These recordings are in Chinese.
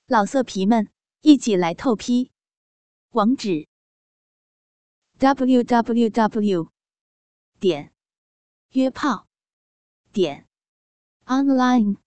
老色皮们，一起来透批！网址 www.约炮online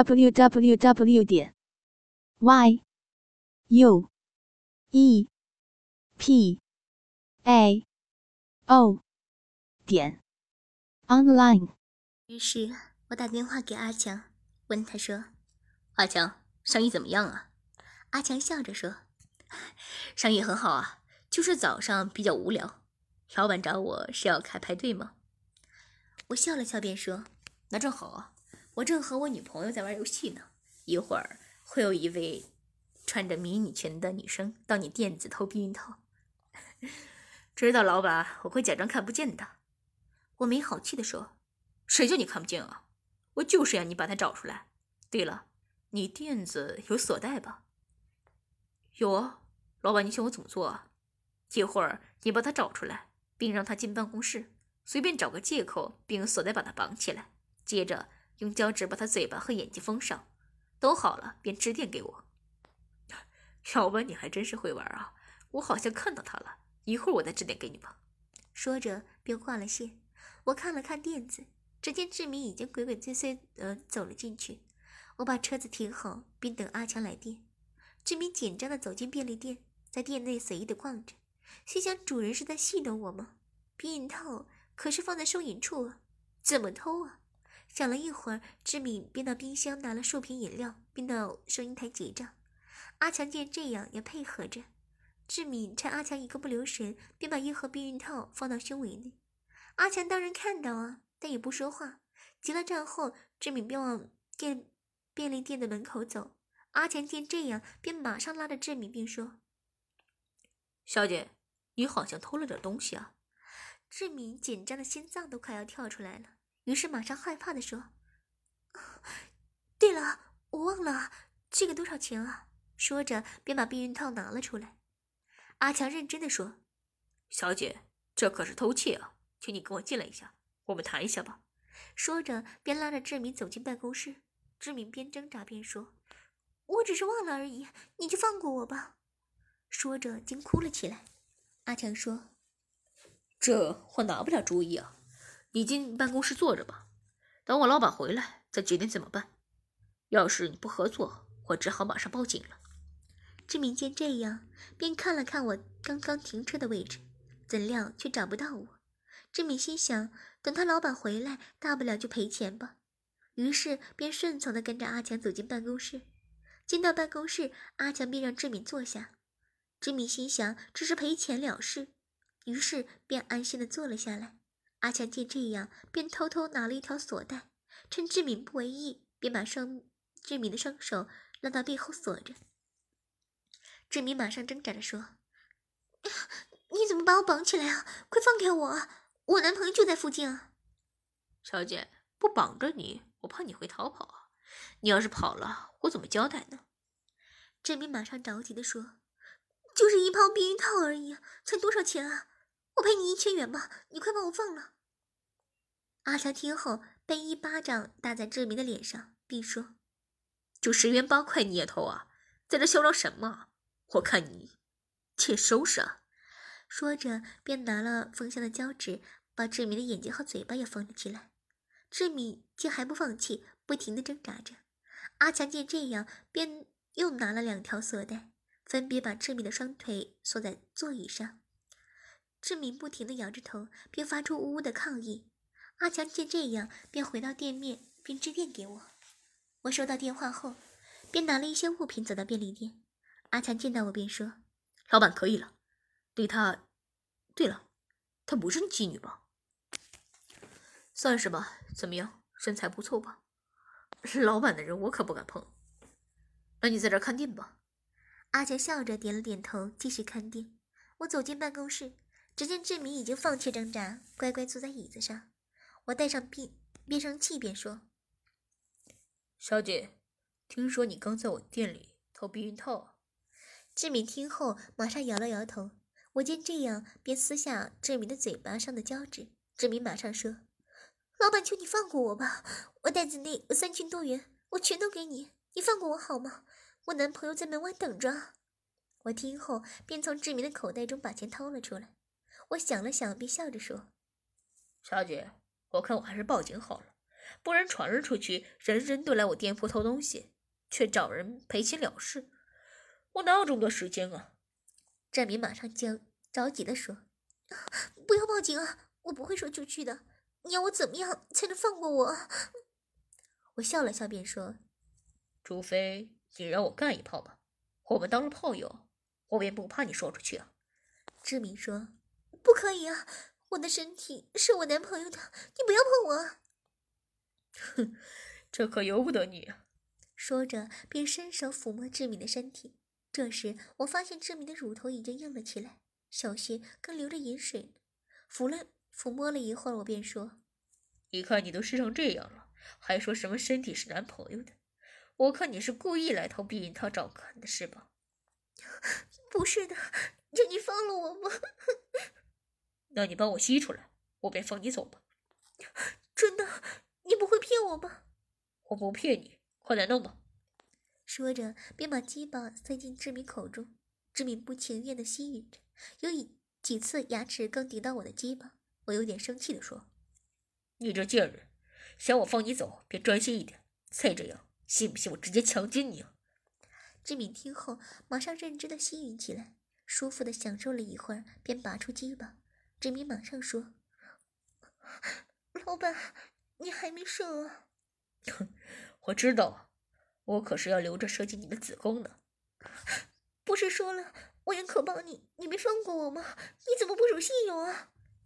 www.yuepao.online。 于是我打电话给阿强，问他说：“阿强，生意怎么样啊？”阿强笑着说：“生意很好啊，就是早上比较无聊。老板找我是要开派对吗？”我笑了笑便说：“那正好啊，我正和我女朋友在玩游戏呢，一会儿会有一位穿着迷你裙的女生到你店子偷避孕套。知道老板，我会假装看不见的。”我没好气地说：“谁叫你看不见啊？我就是让你把它找出来。对了，你店子有锁带吧？”“有啊，老板，你想我怎么做啊？”“一会儿你把它找出来，并让他进办公室，随便找个借口，并锁带把他绑起来，接着用胶纸把他嘴巴和眼睛封上。都好了，便致电给我。”“老板，你还真是会玩啊！我好像看到他了，一会儿我再致电给你吧。”说着便挂了线。我看了看店子，只见志明已经鬼鬼祟祟地走了进去。我把车子停好，并等阿强来电。志明紧张地走进便利店，在店内随意地逛着，心想主人是在戏弄我吗？避孕套可是放在收银处啊，怎么偷啊？想了一会儿，志明便到冰箱拿了数瓶饮料，并到收银台结账。阿强见这样也配合着。志明趁阿强一个不留神，便把一盒避孕套放到胸围内。阿强当然看到啊，但也不说话。结了账后，志明便往便利店的门口走。阿强见这样，便马上拉着志明并说：“小姐，你好像偷了点东西啊。”志明紧张的心脏都快要跳出来了，于是马上害怕地说：“对了，我忘了，这个多少钱啊？”说着便把避孕套拿了出来。阿强认真地说：“小姐，这可是偷窃啊，请你跟我进来一下，我们谈一下吧。”说着便拉着志明走进办公室。志明边挣扎边说：“我只是忘了而已，你就放过我吧。”说着竟哭了起来。阿强说：“这我拿不了主意啊，你进办公室坐着吧，等我老板回来再决定怎么办。要是你不合作，我只好马上报警了。”志明见这样，便看了看我刚刚停车的位置，怎料却找不到我。志明心想，等他老板回来，大不了就赔钱吧。于是便顺从地跟着阿强走进办公室。进到办公室，阿强便让志明坐下。志明心想只是赔钱了事，于是便安心地坐了下来。阿强见这样，便偷偷拿了一条锁带，趁志明不为意，便把志明的双手拉到背后锁着。志明马上挣扎着说：“你怎么把我绑起来啊？快放开我啊！我男朋友就在附近啊！”“小姐，不绑着你，我怕你会逃跑啊！你要是跑了，我怎么交代呢？”志明马上着急地说：“就是一包避孕套而已，才多少钱啊？我赔你1000元吧，你快把我放了。”阿强听后，被一巴掌打在志明的脸上，并说：“就10元8块你也偷啊？在这嚣张什么？我看你欠收拾啊！”说着便拿了封箱的胶纸，把志明的眼睛和嘴巴也封了起来。志明竟还不放弃，不停地挣扎着。阿强见这样，便又拿了2条锁带，分别把志明的双腿锁在座椅上。志明不停地摇着头，并发出呜呜的抗议。阿强见这样，便回到店面，并致电给我。我收到电话后，便拿了一些物品走到便利店。阿强见到我便说：“老板可以了。对了，她不是妓女吧？”“算是吧，怎么样，身材不错吧？”“老板的人我可不敢碰。”“那你在这儿看店吧。”阿强笑着点了点头，继续看店。我走进办公室，只见志明已经放弃挣扎，乖乖坐在椅子上。我带上变声器便说：“小姐，听说你刚在我店里偷避孕套啊？”志明听后马上摇了摇头。我见这样，便撕下志明的嘴巴上的胶纸。志明马上说：“老板，求你放过我吧，我袋子内有3000多元，我全都给你，你放过我好吗？ 我男朋友在门外等着。我听后便从志明的口袋中把钱掏了出来。我想了想，便笑着说：“ 小姐，我看我还是报警好了，不然传了出去，人人都来我店铺偷东西，却找人赔钱了事，我哪有这么多时间啊？” 志明马上着急地说：“不要报警啊！我不会说出去的。你要我怎么样才能放过我？”我笑了笑，便说：“ 除非你让我干一炮吧，我们当了炮友，我便不怕你说出去啊。” 志明说：“不可以啊！我的身体是我男朋友的，你不要碰我。” 哼，这可由不得你啊！ 说着，便伸手抚摸志明的身体。这时，我发现志明的乳头已经硬了起来，小穴更流着饮水呢。抚摸了一会儿，我便说：“ 一看你都湿成这样了，还说什么身体是男朋友的？我看你是故意来偷避孕套照看的是吧？”“ 不是的，求你放了我吧。”“ 那你帮我吸出来，我便放你走吧。”“ 真的，你不会骗我吧？”“ 我不骗你，快来弄吧。” 说着，便把鸡巴塞进志明口中。志明不情愿地吸吮着，有几次牙齿更顶到我的鸡巴。我有点生气地说：“ 你这贱人，想我放你走，别专心一点，再这样，信不信我直接强奸你啊？” 志明听后，马上认真地吸吮起来，舒服地享受了一会儿，便拔出鸡巴。志明马上说：“老板，你还没射啊？”“ 我知道啊，我可是要留着射进你的子宫呢。”“ 不是说了我愿可帮你，你没放过我吗？你怎么不守信用啊？”“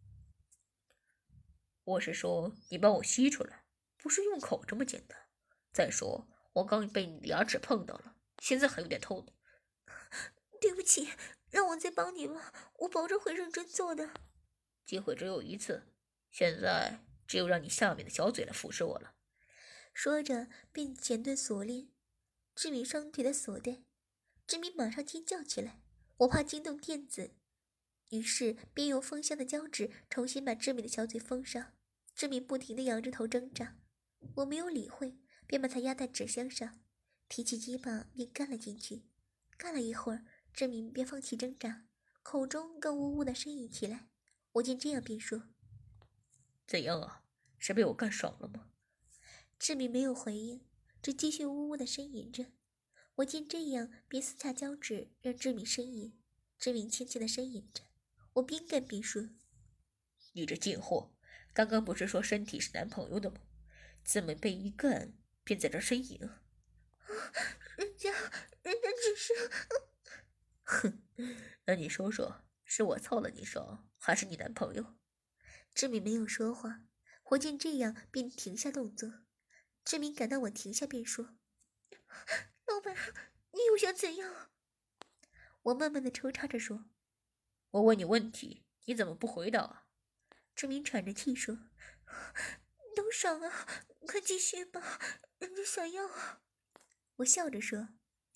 我是说你帮我吸出来，不是用口这么简单。再说我刚被你的牙齿碰到了，现在还有点痛呢。”“ 对不起，让我再帮你吧，我保证会认真做的。”“ 机会只有一次，现在只有让你下面的小嘴来服侍我了。” 说着便剪断锁链，志明双腿的锁带。志明马上尖叫起来，我怕惊动电子，于是便用封箱的胶纸重新把志明的小嘴封上。志明不停地仰着头挣扎，我没有理会，便把他压在纸箱上，提起鸡巴便干了进去。干了一会儿，志明便放弃挣扎，口中更呜呜地呻吟起来。我见这样便说：“ 怎样啊？是被我干爽了吗？” 志明没有回应，只继续呜呜地呻吟着。我见这样，便撕下胶纸让志明呻吟。志明轻轻地呻吟着，我边干边说：“ 你这贱货，刚刚不是说身体是男朋友的吗？怎么被一干便在这呻吟啊？”“ 人家只是……”“ 哼，那你说说，是我操了你爽，还是你男朋友？” 志明没有说话，我见这样便停下动作。志明感到我停下，便说：“老板，你又想怎样？”我慢慢的抽插着说：“ 我问你问题，你怎么不回答啊？” 志明喘着气说：“都爽啊，快继续吧，人家想要啊。”我笑着说：“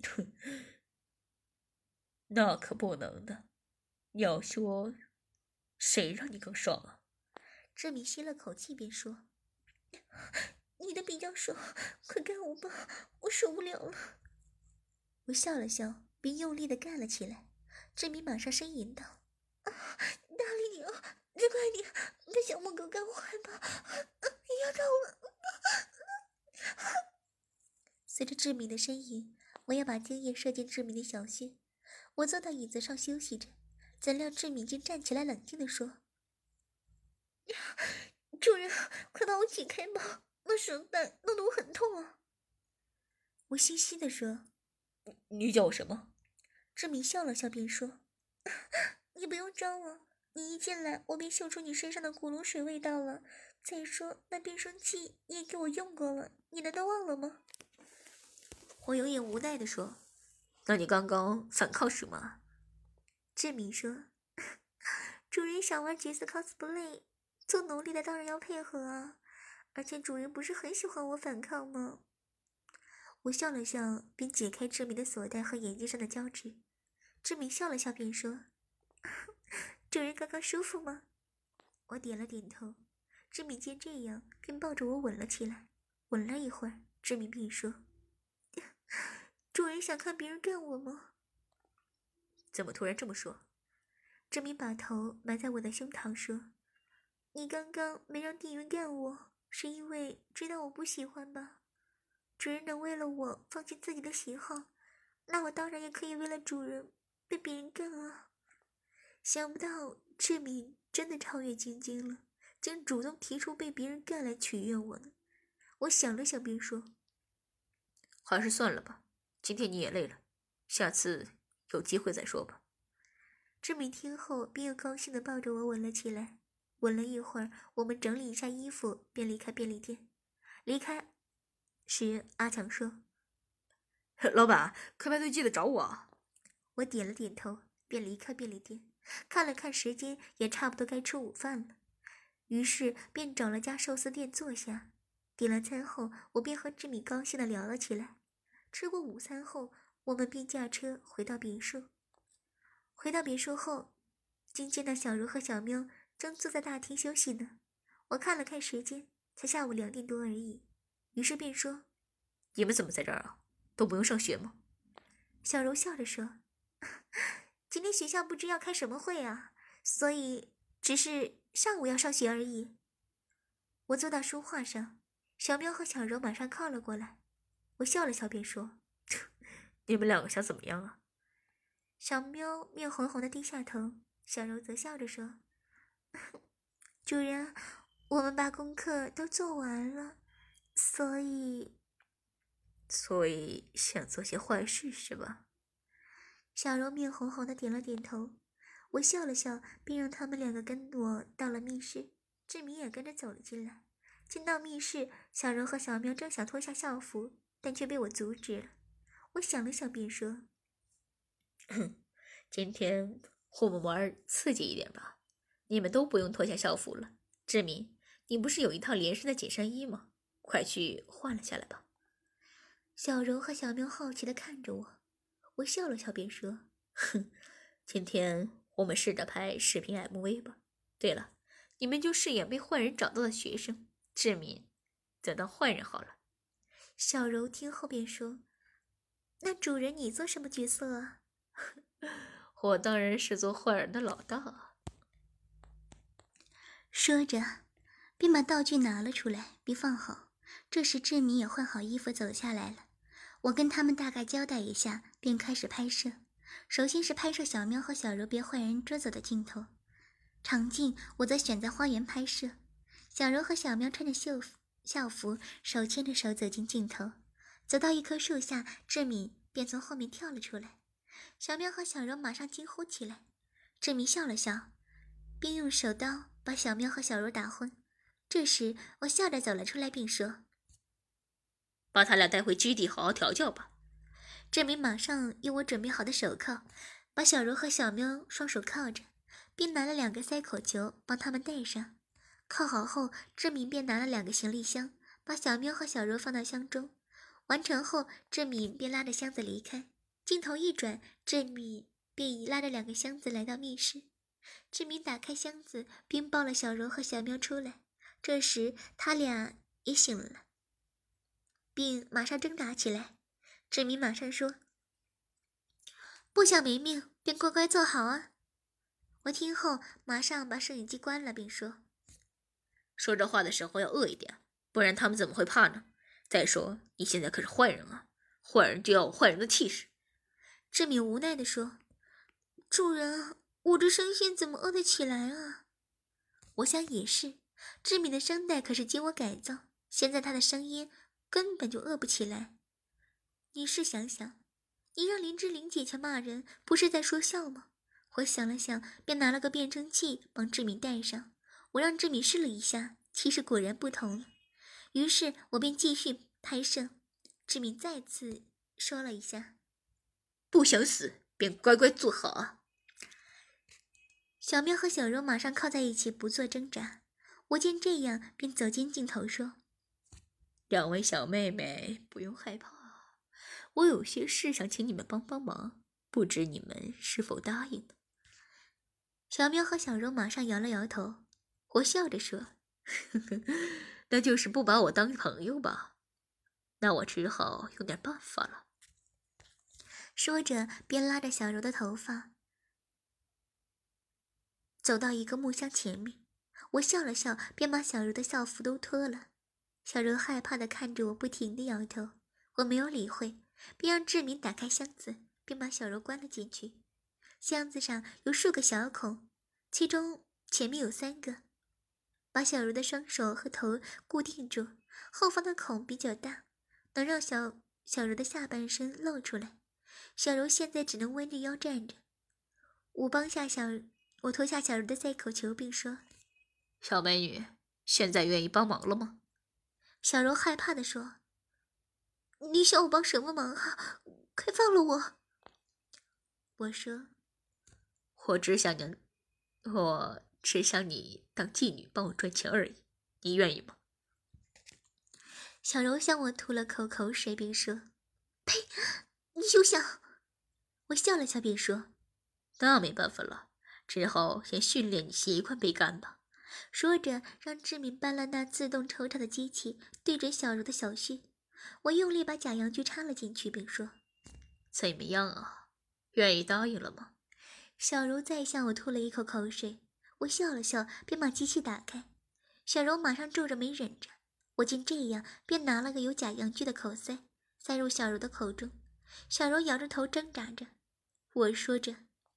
那可不能的，你要说谁让你更爽啊？” 志明吸了口气，便说：“你的比较爽，快干我吧，我受不了了。”我笑了笑，便用力地干了起来。志明马上呻吟道：“啊，大力点啊，再快点，把小母狗干坏吧，要到了。”随着志明的呻吟，我要把精液射进志明的小穴。我坐到椅子上休息着，怎料志明竟站起来，冷静地说：“主人，快把我解开吧，那绳带弄得我很痛啊。”我嘻嘻地说：“ 你叫我什么？” 志明笑了笑，便说：“你不用招了，你一进来，我便嗅出你身上的古龙水味道了。再说那变声器你也给我用过了，你难道忘了吗？”我有点无奈地说：“ 那你刚刚反抗什么？” 志明说：“主人想玩角色 cosplay， 做奴隶的当然要配合啊，而且主人不是很喜欢我反抗吗？”我笑了笑，便解开志明的锁带和眼睛上的胶纸。志明笑了笑，便说：“主人刚刚舒服吗？”我点了点头。志明见这样，便抱着我吻了起来。吻了一会儿，志明便说：“ 主人想看别人干我吗？ 怎么突然这么说？ 志明把头埋在我的胸膛说：“你刚刚没让地云干我，是因为知道我不喜欢吧？主人能为了我放弃自己的喜好，那我当然也可以为了主人被别人干啊！”想不到志明真的超越晶晶了，竟主动提出被别人干来取悦我呢。我想了想，便说：“ 还是算了吧，今天你也累了，下次有机会再说吧。” 志明听后，便又高兴地抱着我吻了起来。吻了一会儿，我们整理一下衣服，便离开便利店。离开时，阿强说：“ 老板，开派对记得找我啊。” 我点了点头，便离开便利店。看了看时间，也差不多该吃午饭了，于是便找了家寿司店坐下。点了餐后，我便和志敏高兴地聊了起来。吃过午餐后，我们便驾车回到别墅。回到别墅后，竟见到小茹和小喵正坐在大厅休息呢。我看了看时间，才下午2点多而已，于是便说：“ 你们怎么在这儿啊？都不用上学吗？” 小茹笑着说：“今天学校不知要开什么会啊，所以只是上午要上学而已。”我坐到书画上，小喵和小柔马上靠了过来。我笑了笑便说：“ 你们两个想怎么样啊？” 小喵面红红的低下头，小柔则笑着说：“主人，我们把功课都做完了，所以想做些坏事是吧？” 小柔面红红的点了点头。我笑了笑，便让他们两个跟我到了密室。志明也跟着走了进来。进到密室，小柔和小喵正想脱下校服，但却被我阻止了。我想了想，便说：“ 今天我们玩刺激一点吧，你们都不用脱下校服了。志明，你不是有一套连身的紧身衣吗？快去换了下来吧。” 小柔和小喵好奇地看着我，我笑了笑，便说：“ 今天我们试着拍视频 MV 吧。对了，你们就饰演被坏人找到的学生，志明则当坏人好了。” 小柔听后便说：“那主人你做什么角色啊？”“ 我当然是做坏人的老大。” 说着，便把道具拿了出来，并放好。这时志明也换好衣服走下来了。我跟他们大概交代一下，便开始拍摄。首先是拍摄小喵和小柔被坏人捉走的镜头，场景我则选在花园拍摄。小柔和小喵穿着校服，手牵着手走进镜头。走到一棵树下，志敏便从后面跳了出来。小喵和小柔马上惊呼起来。志明笑了笑，并用手刀把小喵和小柔打昏。这时我笑着走了出来，并说：“ 把他俩带回基地好好调教吧。” 志明马上用我准备好的手铐把小柔和小喵双手铐着，并拿了2个塞口球帮他们戴上。铐好后，志明便拿了2个行李箱，把小喵和小柔放到箱中。完成后，志敏便拉着箱子离开。镜头一转，志敏便已拉着2个箱子来到密室。志敏打开箱子，并抱了小柔和小喵出来。这时他俩也醒了，并马上挣扎起来。志明马上说：“不想没命，便乖乖坐好啊！”我听后马上把摄影机关了，并说：“ 说这话的时候要恶一点，不然他们怎么会怕呢？再说你现在可是坏人啊，坏人就要有坏人的气势。” 志敏无奈地说：“主人，我这声线怎么饿得起来啊？”我想也是，志敏的声带可是经我改造，现在他的声音根本就饿不起来。你试想想，你让林志玲姐姐骂人，不是在说笑吗？我想了想，便拿了个变声器帮志敏戴上。我让志敏试了一下，其实果然不同了。于是我便继续拍摄。志敏再次说了一下：“ 不想死，便乖乖坐好啊！” 小喵和小柔马上靠在一起，不做挣扎。我见这样，便走进镜头说：“ 两位小妹妹不用害怕，我有些事想请你们帮帮忙，不知你们是否答应呢？” 小喵和小柔马上摇了摇头。我笑着说：“ 那就是不把我当朋友吧？那我只好用点办法了。” 说着便拉着小柔的头发走到一个木箱前面。我笑了笑，便把小柔的校服都脱了。小柔害怕地看着我，不停地摇头。我没有理会，便让志明打开箱子，并把小柔关了进去。箱子上有数个小孔，其中前面有3个，把小柔的双手和头固定住。后方的孔比较大，能让小柔的下半身露出来。小柔现在只能弯着腰站着。我脱下小柔的塞口球，并说：“ 小美女，现在愿意帮忙了吗？” 小柔害怕地说：“你想我帮什么忙啊？快放了我！”我说：“ 我只想你当妓女帮我赚钱而已，你愿意吗？” 小柔向我吐了口水，并说：“呸！你休想！”我笑了笑，便说：“ 那没办法了，只好先训练你习惯被干吧。” 说着，让志明搬了那自动抽插的机器，对准小柔的小穴。我用力把假阳具插了进去，并说：“ 怎么样啊？愿意答应了吗？” 小柔再向我吐了一口水。我笑了笑，便把机器打开。小柔马上皱着眉忍着。我见这样，便拿了个有假阳具的口塞，塞入小柔的口中。小柔摇着头挣扎着。我说着：“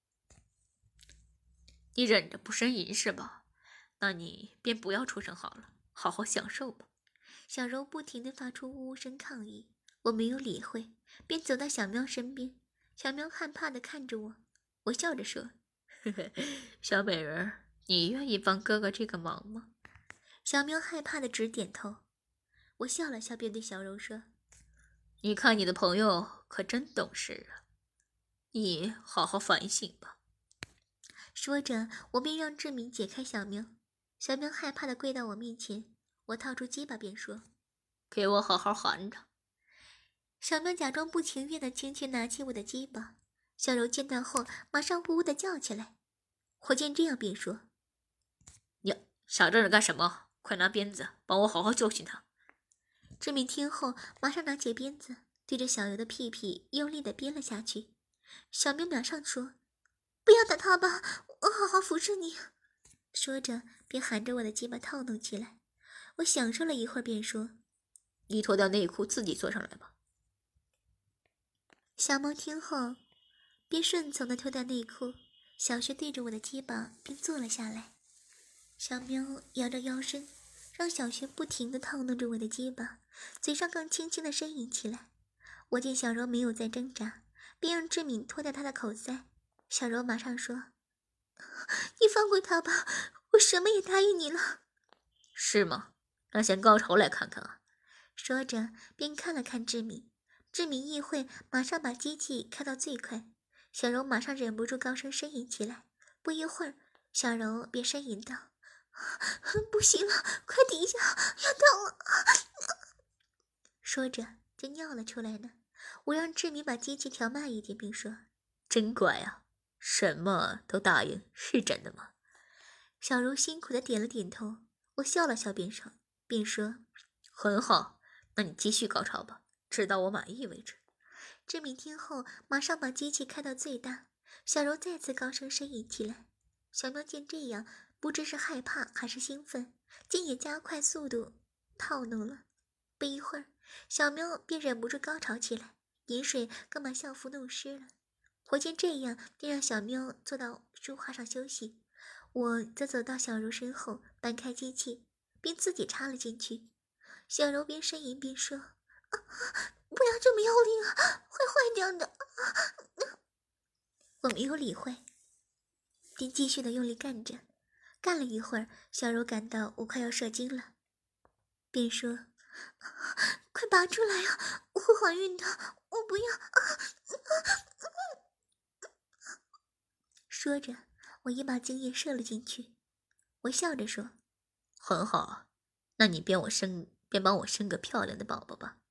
你忍着不呻吟是吧？那你便不要出声好了，好好享受吧。” 小柔不停地发出呜呜声抗议。我没有理会，便走到小喵身边。小喵害怕地看着我。我笑着说：“ 呵呵，小美人儿，你愿意帮哥哥这个忙吗？” 小喵害怕地直点头。我笑了笑，便对小柔说：“ 你看你的朋友可真懂事啊，你好好反省吧。” 说着，我便让志明解开小喵。小喵害怕地跪到我面前。我掏出鸡巴便说：“ 给我好好含着。” 小喵假装不情愿地轻轻拿起我的鸡巴。小柔见到后，马上呜呜地叫起来。我见这样便说：“ 你傻站着干什么？快拿鞭子帮我好好教训他。” 志明听后，马上拿起鞭子，对着小柔的屁屁用力地鞭了下去。小喵马上说：“不要打他吧，我好好服侍你。”说着，便含着我的鸡巴套弄起来。我享受了一会儿，便说：“ 你脱掉内裤自己坐上来吧。” 小猫听后，便顺从地脱掉内裤，小穴对着我的鸡巴，并坐了下来。小喵摇着腰身，让小穴不停地套弄着我的鸡巴，嘴上更轻轻地呻吟起来。我见小柔没有再挣扎，便让志敏脱掉她的口塞。小柔马上说：“你放过他吧，我什么也答应你了。” 是吗？那先高潮来看看啊！ 说着，便看了看志敏。志敏意会，马上把机器开到最快。小柔马上忍不住高声呻吟起来。不一会儿，小柔便呻吟道：“不行了，快停下，要到了！”说着就尿了出来呢。我让志敏把机器调慢一点，并说：“ 真乖啊，什么都答应，是真的吗？” 小柔辛苦地点了点头。我笑了笑，便说：“ 很好，那你继续高潮吧，直到我满意为止。” 志敏听后，马上把机器开到最大。小柔再次高声呻吟起来。小喵见这样，不知是害怕还是兴奋，竟也加快速度套弄了。不一会儿，小喵便忍不住高潮起来，饮水更把校服弄湿了。我见这样，便让小喵坐到书画上休息。我则走到小柔身后，搬开机器，并自己插了进去。小柔边呻吟边说：“不要这么用力啊，会坏掉的。”我没有理会，便继续的用力干着。干了一会儿，小柔感到我快要射精了，便说：“快拔出来啊，我会怀孕的，我不要。”说着，我一把精液射了进去。我笑着说：“ 很好，那你便帮我生个漂亮的宝宝吧。”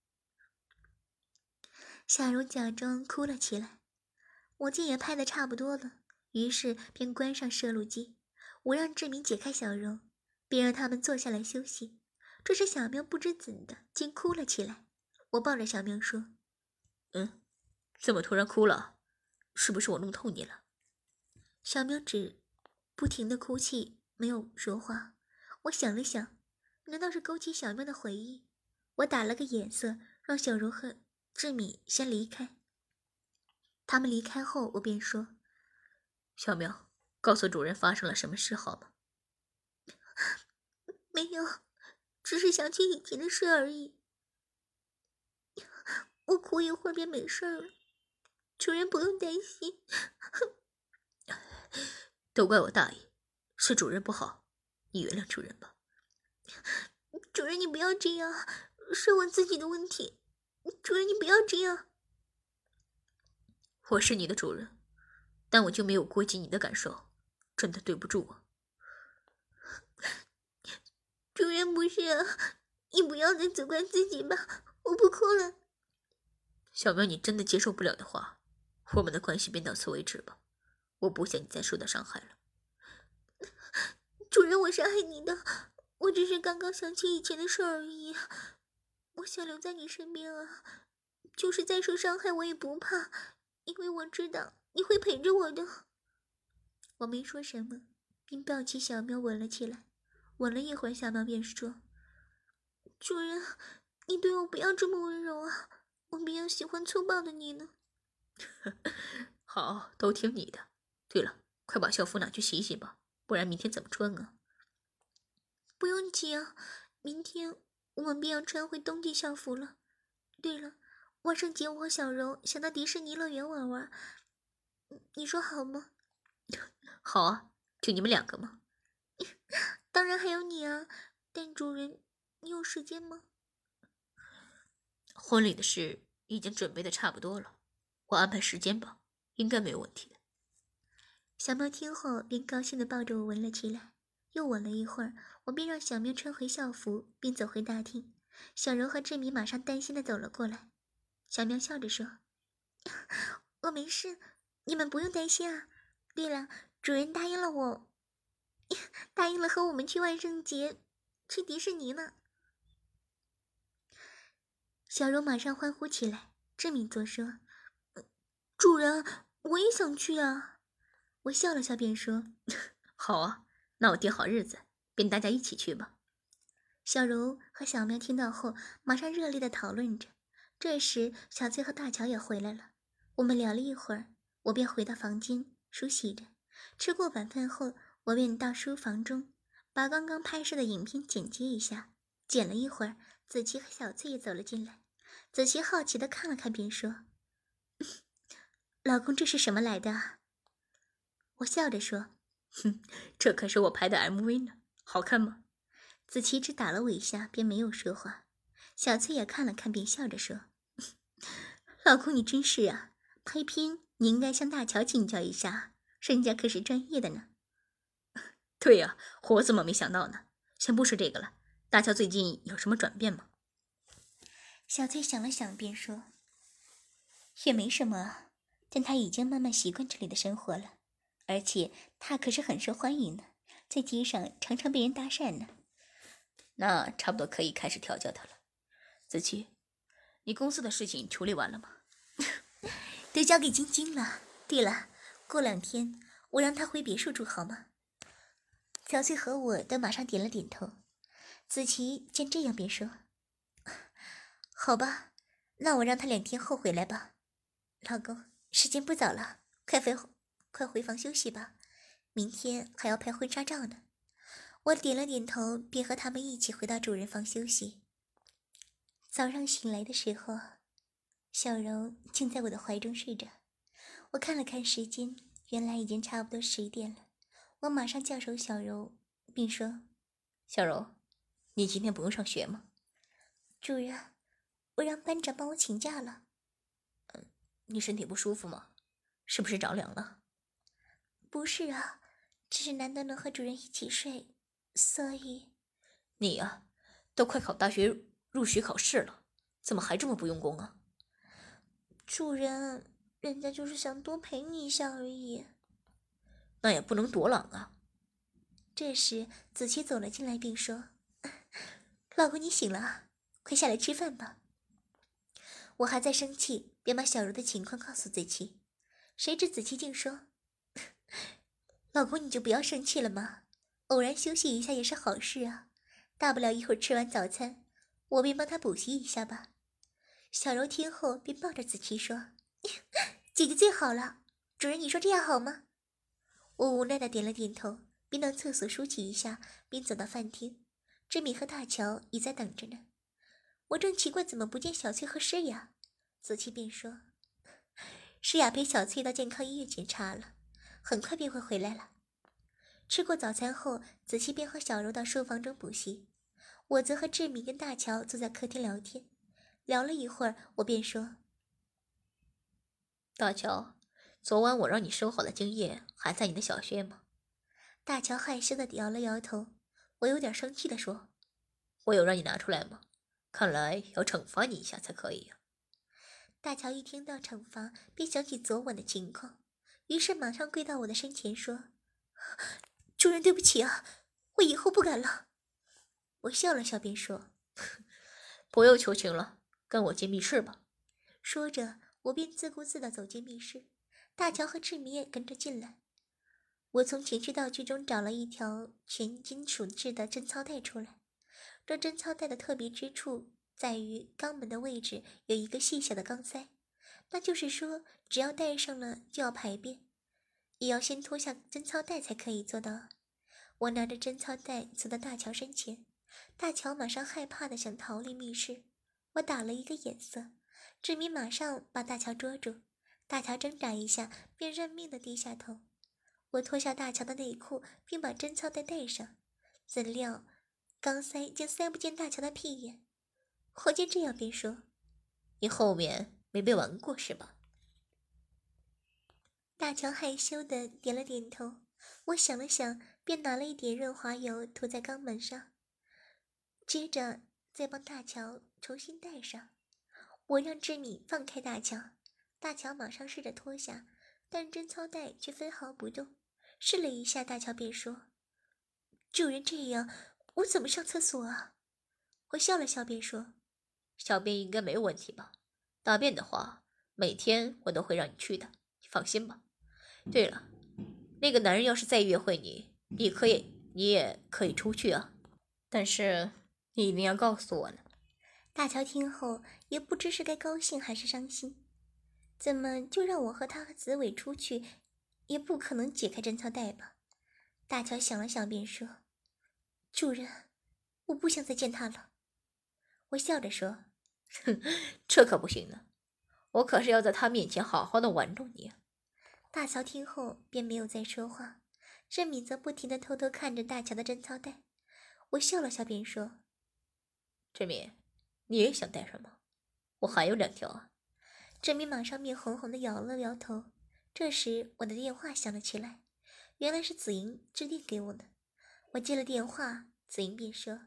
小柔假装哭了起来。我见也拍得差不多了，于是便关上摄录机。我让志明解开小柔，并让他们坐下来休息。这时小喵不知怎的竟哭了起来。我抱着小喵说：“ 怎么突然哭了？是不是我弄痛你了？ 小喵只不停的哭泣，没有说话。我想了想，难道是勾起小喵的回忆？我打了个眼色，让小柔和志敏先离开。他们离开后，我便说：“ 小喵，告诉主人发生了什么事好吗？” 没有，只是想起以前的事而已。我哭一会儿便没事了，主人不用担心。 都怪我大意，是主人不好，你原谅主人吧。 主人，你不要这样，是我自己的问题。主人，你不要这样。 我是你的主人，但我就没有顾及你的感受，真的对不住我。 主人不是啊，你不要再责怪自己吧，我不哭了。 小喵，你真的接受不了的话，我们的关系便到此为止吧。我不想你再受到伤害了。 主人，我是爱你的，我只是刚刚想起以前的事而已。我想留在你身边啊，就是再受伤害我也不怕，因为我知道你会陪着我的。我没说什么，并抱起小喵吻了起来。吻了一会儿，小喵便说：“主人，你对我不要这么温柔啊，我比较喜欢粗暴的你呢。” 好，都听你的。对了，快把校服拿去洗洗吧，不然明天怎么穿啊？ 不用急啊，明天我们便要穿回冬季校服了。对了，万圣节我和小柔想到迪士尼乐园玩玩，你说好吗？ 好啊，就你们2个吗？ 当然还有你啊，但主人，你有时间吗？ 婚礼的事已经准备的差不多了，我安排时间吧，应该没有问题的。 小喵听后便高兴地抱着我吻了起来，又吻了一会儿，我便让小喵穿回校服，并走回大厅。小柔和志明马上担心地走了过来。小喵笑着说：“我没事，你们不用担心啊。对了，主人答应了我，答应了和我们去万圣节，去迪士尼呢。”小柔马上欢呼起来。志敏则说：“主人，我也想去啊。”我笑了笑便说：“ 好啊，那我定好日子，便大家一起去吧。” 小柔和小喵听到后，马上热烈地讨论着。这时，小翠和大乔也回来了。我们聊了一会儿，我便回到房间梳洗着。吃过晚饭后，我便到书房中，把刚刚拍摄的影片剪辑一下。剪了一会儿，子琪和小翠也走了进来。子琪好奇地看了看，便说：“老公，这是什么来的啊？”我笑着说：“ 这可是我拍的 MV 呢，好看吗？” 子琪只打了我一下，便没有说话。小翠也看了看，便笑着说：“老公，你真是啊，拍片你应该向大乔请教一下，人家可是专业的呢。” 对呀，我怎么没想到呢？先不说这个了，大乔最近有什么转变吗？ 小翠想了想，便说：“也没什么啊，但他已经慢慢习惯这里的生活了，而且他可是很受欢迎的，在街上常常被人搭讪呢。” 那差不多可以开始调教他了。子琪，你公司的事情处理完了吗？ 都交给晶晶了。对了，过2天我让她回别墅住好吗？小翠和我都马上点了点头。子琪见这样便说：“好吧，那我让她2天后回来吧。老公，时间不早了，快回房休息吧，明天还要拍婚纱照呢。”我点了点头，便和他们一起回到主人房休息。早上醒来的时候，小柔竟在我的怀中睡着。我看了看时间，原来已经差不多10点了。我马上叫醒小柔，并说：“ 小柔，你今天不用上学吗？”“ 主人，我让班长帮我请假了。”“ 你身体不舒服吗？是不是着凉了？”“ 不是啊，只是难得能和主人一起睡。”所以， 你呀，都快考大学入学考试了，怎么还这么不用功啊？ 主人，人家就是想多陪你一下而已。 那也不能多懒啊。 这时，子琪走了进来，并说：“老公，你醒了啊，快下来吃饭吧。” 我还在生气，便把小柔的情况告诉子琪。谁知子琪竟说：“老公，你就不要生气了嘛，偶然休息一下也是好事啊，大不了一会儿吃完早餐，我便帮他补习一下吧。”小柔听后便抱着子琪说：“姐姐最好了，主人，你说这样好吗？”我无奈的点了点头，便到厕所梳洗一下，便走到饭厅。志敏和大乔已在等着呢。我正奇怪怎么不见小翠和诗雅，子琪便说：“诗雅陪小翠到健康医院检查了，很快便会回来了。”吃过早餐后，子琪便和小柔到书房中补习，我则和志敏跟大乔坐在客厅聊天。聊了一会儿，我便说：“ 大乔，昨晚我让你收好的精液还在你的小穴吗？” 大乔害羞的摇了摇头。我有点生气的说：“ 我有让你拿出来吗？看来要惩罚你一下才可以呀。” 大乔一听到惩罚，便想起昨晚的情况，于是马上跪到我的身前说：“主人，对不起啊，我以后不敢了。”我笑了笑便说：“ 不用求情了，跟我进密室吧。” 说着，我便自顾自地走进密室，大乔和志明也跟着进来。我从情趣道具中找了一条全金属制的贞操带出来。这贞操带的特别之处在于肛门的位置有一个细小的钢塞，那就是说，只要戴上了就要排便，也要先脱下贞操带才可以做到。我拿着贞操带走到大乔身前，大乔马上害怕的想逃离密室。我打了一个眼色，志明马上把大乔捉住，大乔挣扎一下便认命的低下头。我脱下大乔的内裤，并把贞操带戴上，怎料钢塞竟塞不进大乔的屁眼。我见这样便说：“ 你后面没被玩过是吧？” 大乔害羞的点了点头。我想了想，便拿了一点润滑油涂在肛门上，接着再帮大乔重新戴上。我让志敏放开大乔，大乔马上试着脱下，但贞操带却分毫不动。试了一下，大乔便说：“主人，这样我怎么上厕所啊？”我笑了笑便说：“ 小便应该没有问题吧？大便的话，每天我都会让你去的，你放心吧。对了，那个男人要是再约会你，你也可以出去啊，但是你一定要告诉我呢。” 大乔听后也不知是该高兴还是伤心，怎么就让我和他和紫薇出去，也不可能解开贞操带吧？大乔想了想便说：“主人，我不想再见他了。”我笑着说：“ 哼，这可不行呢，我可是要在他面前好好的玩弄你啊。” 大乔听后便没有再说话，郑敏则不停地偷偷看着大乔的贞操带。我笑了笑便说：“ 志敏，你也想戴上吗？我还有2条啊。” 郑敏马上面红红的摇了摇头。这时我的电话响了起来，原来是子莹致电给我的。我接了电话，子莹便说：“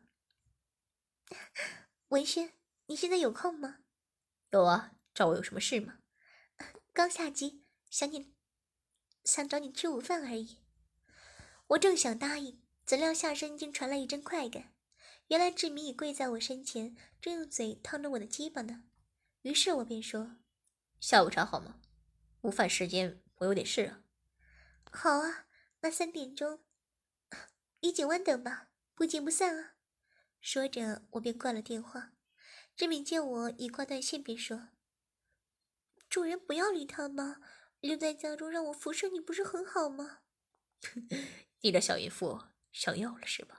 文轩，你现在有空吗？”“ 有啊，找我有什么事吗？”“ 刚下机，想找你吃午饭而已。”我正想答应，怎料下身竟传来一阵快感。原来志明已跪在我身前，正用嘴烫着我的鸡巴呢。于是我便说：“ 下午茶好吗？午饭时间我有点事啊。”“ 好啊，那3点钟，于景湾等吧，不见不散啊。”说着，我便挂了电话。志明见我已挂断线，便说：“主人不要理他嘛，留在家中让我服侍你不是很好吗？”“ 你这小淫妇想要了是吧？”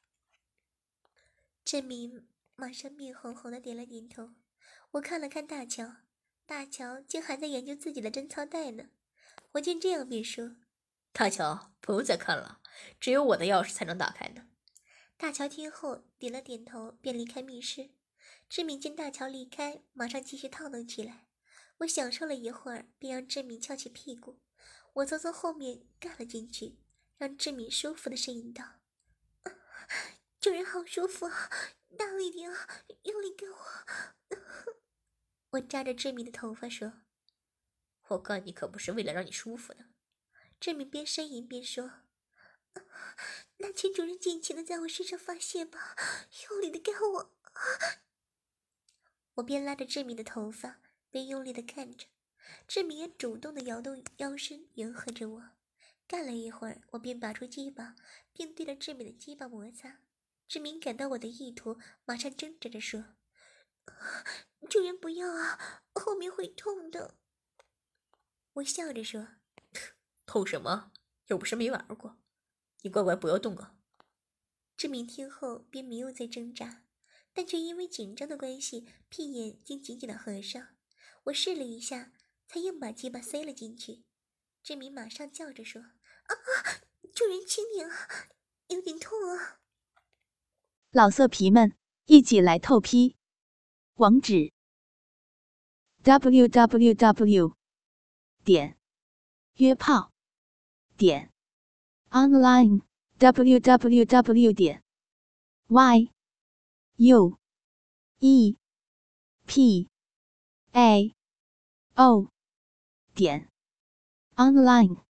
志明马上面红红的点了点头。我看了看大乔，大乔竟还在研究自己的贞操带呢。我见这样便说：“ 大乔，不用再看了，只有我的钥匙才能打开呢。” 大乔听后点了点头，便离开密室。志敏见大乔离开，马上继续套弄起来。我享受了一会儿，便让志敏翘起屁股，我则从后面干了进去，让志敏舒服的呻吟道：“主人好舒服啊，大力点啊，用力给我。”我扎着志敏的头发说：“ 我干你可不是为了让你舒服的。” 志敏边呻吟边说：“那请主人尽情的在我身上发泄吧，用力的干我。” 我边拉着志明的头发，边用力地看着。志明也主动地摇动腰身，迎合着我。干了一会儿，我便拔出鸡巴，并对着志明的鸡巴摩擦。志明感到我的意图，马上挣扎着说：“主人不要啊，后面会痛的。”我笑着说：“ 痛什么？又不是没玩过，你乖乖不要动啊。” 志明听后便没有再挣扎，但却因为紧张的关系，屁眼竟紧紧地合上。我试了一下，才硬把鸡巴塞了进去。志明马上叫着说：“啊，主人轻点啊，有点痛啊！” 老色皮们，一起来透批！网址 ：www.约炮.online www.yuepao.online